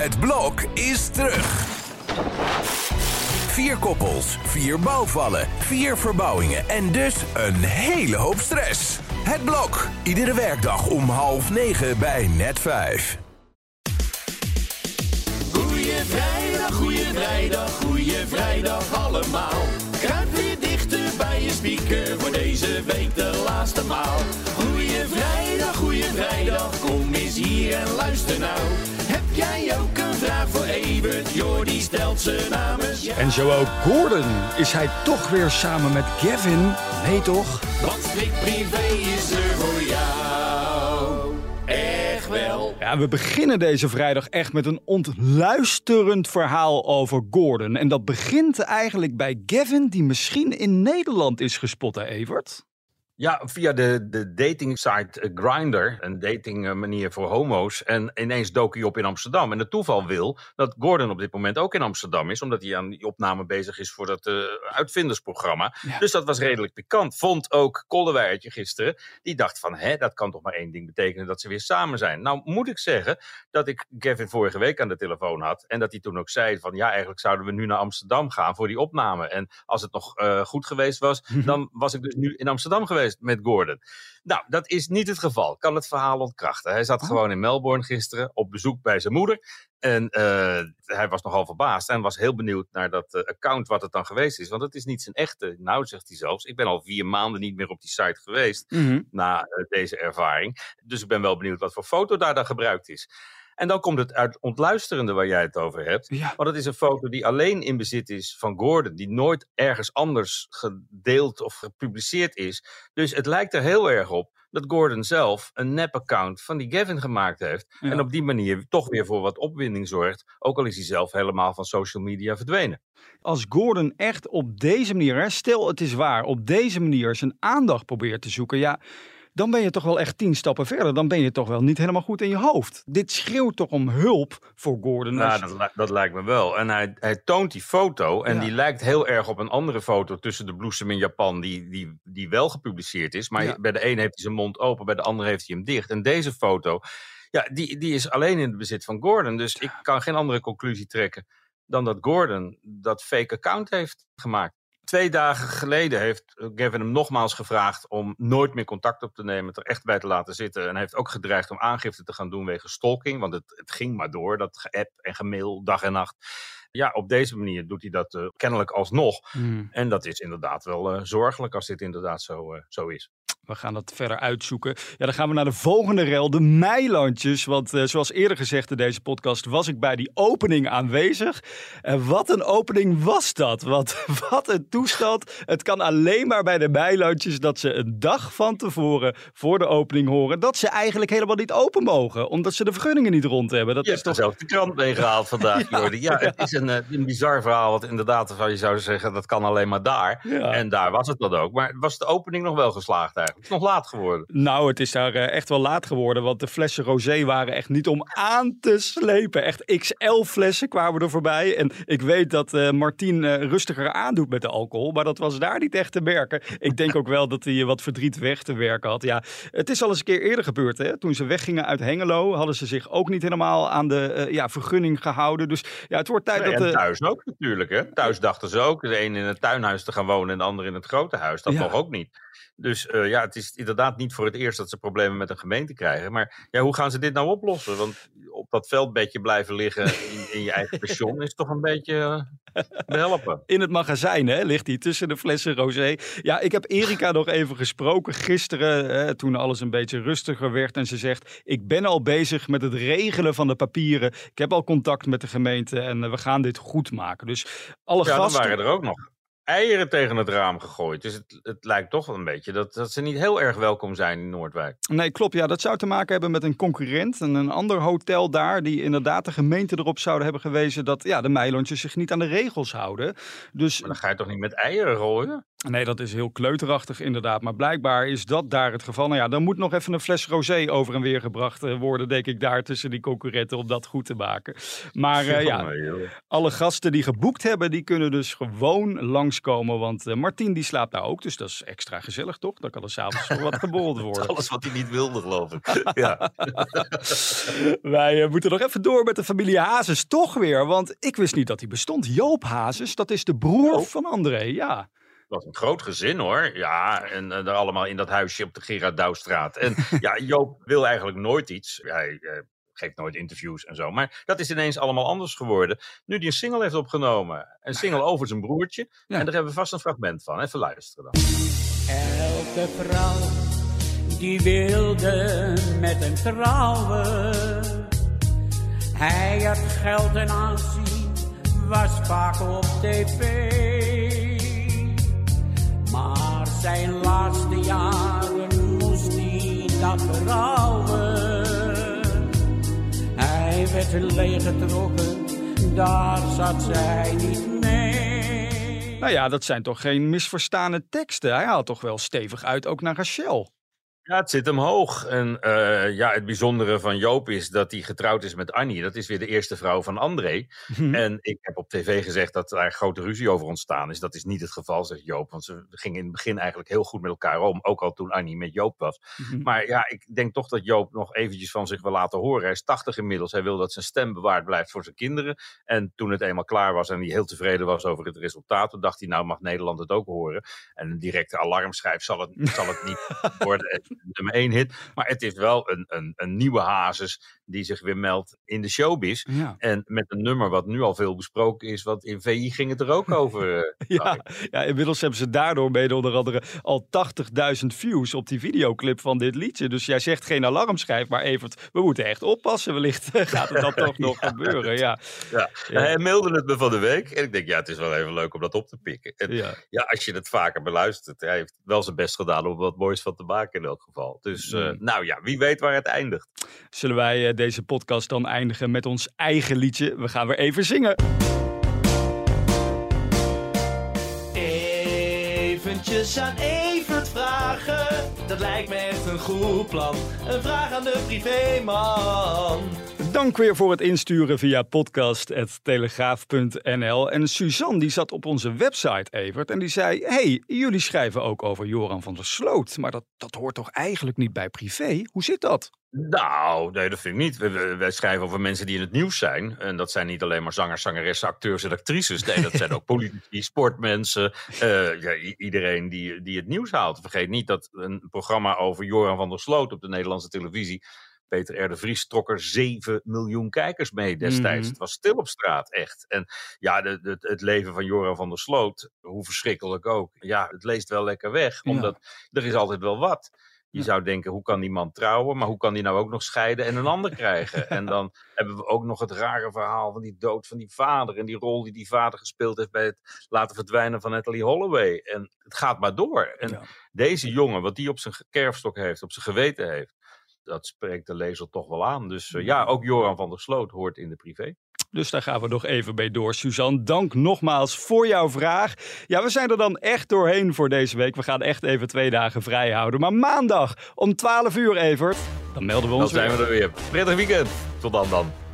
Het blok is terug. 4 koppels, 4 bouwvallen, 4 verbouwingen en dus een hele hoop stress. Het blok, iedere werkdag om 8:30 bij Net 5. Goeie vrijdag allemaal. Kruip weer dichter bij je speaker voor deze week de laatste maal. Goeie vrijdag, kom eens hier en luister nou. Heb jij ook een vraag voor Evert? Jordi stelt ze namens jou. En zo ook Gordon. Is hij toch weer samen met Gavin? Nee toch? Want Strikt Privé is er voor jou. Echt wel. Ja, we beginnen deze vrijdag echt met een ontluisterend verhaal over Gordon. En dat begint eigenlijk bij Gavin, die misschien in Nederland is gespot, hè Evert? Ja, via de dating site Grindr, een dating manier voor homo's. En ineens dook hij op in Amsterdam. En het toeval wil dat Gordon op dit moment ook in Amsterdam is, omdat hij aan die opname bezig is voor dat uitvindersprogramma. Ja. Dus dat was redelijk pikant. Vond ook Koldeweiertje gisteren. Die dacht van, dat kan toch maar één ding betekenen, dat ze weer samen zijn. Nou moet ik zeggen dat ik Gavin vorige week aan de telefoon had. En dat hij toen ook zei van, ja, eigenlijk zouden we nu naar Amsterdam gaan voor die opname. En als het nog goed geweest was, dan was ik dus nu in Amsterdam geweest met Gordon. Nou, dat is niet het geval. Kan het verhaal ontkrachten. Hij zat gewoon in Melbourne gisteren op bezoek bij zijn moeder. En hij was nogal verbaasd en was heel benieuwd naar dat account wat het dan geweest is. Want het is niet zijn echte. Nou, zegt hij zelfs, ik ben al 4 maanden niet meer op die site geweest na deze ervaring. Dus ik ben wel benieuwd wat voor foto daar dan gebruikt is. En dan komt het uit ontluisterende waar jij het over hebt. Ja. Want het is een foto die alleen in bezit is van Gordon. Die nooit ergens anders gedeeld of gepubliceerd is. Dus het lijkt er heel erg op dat Gordon zelf een nep-account van die Gavin gemaakt heeft. Ja. En op die manier toch weer voor wat opwinding zorgt. Ook al is hij zelf helemaal van social media verdwenen. Als Gordon echt op deze manier, stel het is waar, op deze manier zijn aandacht probeert te zoeken, ja, dan ben je toch wel echt 10 stappen verder. Dan ben je toch wel niet helemaal goed in je hoofd. Dit schreeuwt toch om hulp voor Gordon? Nou, dat lijkt me wel. En hij toont die foto en die lijkt heel erg op een andere foto tussen de bloesem in Japan die wel gepubliceerd is. Maar bij de een heeft hij zijn mond open, bij de ander heeft hij hem dicht. En deze foto, die is alleen in het bezit van Gordon. Dus ik kan geen andere conclusie trekken dan dat Gordon dat fake account heeft gemaakt. 2 dagen geleden heeft Gavin hem nogmaals gevraagd om nooit meer contact op te nemen, het er echt bij te laten zitten. En hij heeft ook gedreigd om aangifte te gaan doen wegens stalking, want het ging maar door, dat geapp en gemail dag en nacht. Ja, op deze manier doet hij dat kennelijk alsnog. En dat is inderdaad wel zorgelijk als dit inderdaad zo is. We gaan dat verder uitzoeken. Ja, dan gaan we naar de volgende rel, de Meilandjes. Want zoals eerder gezegd in deze podcast was ik bij die opening aanwezig. En wat een opening was dat? Wat een toestand. Het kan alleen maar bij de Meilandjes dat ze een dag van tevoren voor de opening horen dat ze eigenlijk helemaal niet open mogen. Omdat ze de vergunningen niet rond hebben. Dat je is hebt toch zelf de krant meegehaald vandaag, Jordi. Ja, het is een bizar verhaal. Want inderdaad, je zou zeggen, dat kan alleen maar daar. Ja. En daar was het dat ook. Maar was de opening nog wel geslaagd eigenlijk? Het is nog laat geworden. Nou, het is daar echt wel laat geworden. Want de flessen rosé waren echt niet om aan te slepen. Echt XL flessen kwamen er voorbij. En ik weet dat Martien rustiger aandoet met de alcohol. Maar dat was daar niet echt te merken. Ik denk ook wel dat hij wat verdriet weg te werken had. Ja, het is al eens een keer eerder gebeurd. Hè? Toen ze weggingen uit Hengelo hadden ze zich ook niet helemaal aan de vergunning gehouden. Dus ja, het wordt tijd dat... En thuis ook natuurlijk. Hè? Thuis dachten ze ook de een in het tuinhuis te gaan wonen en de ander in het grote huis. Dat nog ook niet. Dus het is inderdaad niet voor het eerst dat ze problemen met een gemeente krijgen. Maar ja, hoe gaan ze dit nou oplossen? Want op dat veldbedje blijven liggen in je eigen pension is toch een beetje helpen. In het magazijn ligt hij tussen de flessen rosé. Ja, ik heb Erika nog even gesproken gisteren toen alles een beetje rustiger werd. En ze zegt, ik ben al bezig met het regelen van de papieren. Ik heb al contact met de gemeente en we gaan dit goed maken. Dus alle gasten... dan waren er ook nog eieren tegen het raam gegooid. Dus het lijkt toch wel een beetje dat ze niet heel erg welkom zijn in Noordwijk. Nee, klopt. Ja, dat zou te maken hebben met een concurrent en een ander hotel daar die inderdaad de gemeente erop zouden hebben gewezen dat de Meilandjes zich niet aan de regels houden. Dus... Maar dan ga je toch niet met eieren gooien? Nee, dat is heel kleuterachtig inderdaad. Maar blijkbaar is dat daar het geval. Nou ja, dan moet nog even een fles rosé over en weer gebracht worden, denk ik, daar tussen die concurrenten om dat goed te maken. Maar alle gasten die geboekt hebben, die kunnen dus gewoon langskomen. Want Martien die slaapt daar ook, dus dat is extra gezellig, toch? Dan kan er s'avonds wat geborreld worden. Alles wat hij niet wilde, geloof ik. Ja. Wij moeten nog even door met de familie Hazes, toch weer. Want ik wist niet dat hij bestond. Joop Hazes, dat is de broer van André, ja. Dat was een groot gezin hoor. Ja, en daar allemaal in dat huisje op de Gerard Douwstraat. En ja, Joop wil eigenlijk nooit iets. Hij geeft nooit interviews en zo. Maar dat is ineens allemaal anders geworden. Nu hij een single heeft opgenomen. Een single over zijn broertje. Ja. En daar hebben we vast een fragment van. Even luisteren dan. Elke vrouw die wilde met hem trouwen. Hij had geld en aanzien, was vaak op tv. Maar zijn laatste jaren moest hij dat berouwen. Hij werd leeggetrokken, daar zat zij niet mee. Nou ja, dat zijn toch geen misverstane teksten? Hij haalt toch wel stevig uit ook naar Rachel. Ja, het zit hem hoog. En het bijzondere van Joop is dat hij getrouwd is met Annie. Dat is weer de eerste vrouw van André. En ik heb op tv gezegd dat daar grote ruzie over ontstaan is. Dat is niet het geval, zegt Joop. Want ze gingen in het begin eigenlijk heel goed met elkaar om. Ook al toen Annie met Joop was. Maar ja, ik denk toch dat Joop nog eventjes van zich wil laten horen. Hij is 80 inmiddels. Hij wil dat zijn stem bewaard blijft voor zijn kinderen. En toen het eenmaal klaar was en hij heel tevreden was over het resultaat, toen dacht hij, nou mag Nederland het ook horen. En een directe alarmschijf zal het niet worden. Nummer 1 hit. Maar het is wel een nieuwe Hazes die zich weer meldt in de showbiz. Ja. En met een nummer wat nu al veel besproken is, want in VI ging het er ook over. Ja, inmiddels hebben ze daardoor mede onder andere al 80.000 views op die videoclip van dit liedje. Dus jij zegt geen alarmschijf, maar Evert, we moeten echt oppassen. Wellicht gaat het dan toch nog gebeuren. Ja. Hij mailde het me van de week. En ik denk, ja, het is wel even leuk om dat op te pikken. En als je het vaker beluistert, hij heeft wel zijn best gedaan om wat moois van te maken in elk geval. Dus wie weet waar het eindigt. Zullen wij deze podcast dan eindigen met ons eigen liedje? We gaan weer even zingen. Eventjes aan Evert vragen, dat lijkt me echt een goed plan. Een vraag aan de privéman. Dank weer voor het insturen via podcast@telegraaf.nl. En Suzanne die zat op onze website, Evert, en die zei, hey, jullie schrijven ook over Joran van der Sloot, maar dat hoort toch eigenlijk niet bij privé? Hoe zit dat? Nou, nee, dat vind ik niet. Wij schrijven over mensen die in het nieuws zijn. En dat zijn niet alleen maar zangers, zangeressen, acteurs en actrices. Nee, dat zijn ook politici, sportmensen. Iedereen die het nieuws haalt. Vergeet niet dat een programma over Joran van der Sloot op de Nederlandse televisie, Peter R. de Vries, trok er 7 miljoen kijkers mee destijds. Het was stil op straat, echt. En ja, het leven van Joran van der Sloot, hoe verschrikkelijk ook. Ja, het leest wel lekker weg, omdat er is altijd wel wat. Je zou denken, hoe kan die man trouwen? Maar hoe kan die nou ook nog scheiden en een ander krijgen? En dan hebben we ook nog het rare verhaal van die dood van die vader. En die rol die die vader gespeeld heeft bij het laten verdwijnen van Natalie Holloway. En het gaat maar door. En deze jongen, wat die op zijn kerfstok heeft, op zijn geweten heeft, dat spreekt de lezer toch wel aan. Dus ook Joran van der Sloot hoort in de privé. Dus daar gaan we nog even mee door. Suzanne, dank nogmaals voor jouw vraag. Ja, we zijn er dan echt doorheen voor deze week. We gaan echt even 2 dagen vrij houden. Maar maandag om 12 uur, Evert, dan melden we ons weer. Dan zijn we er weer. Prettig weekend. Tot dan.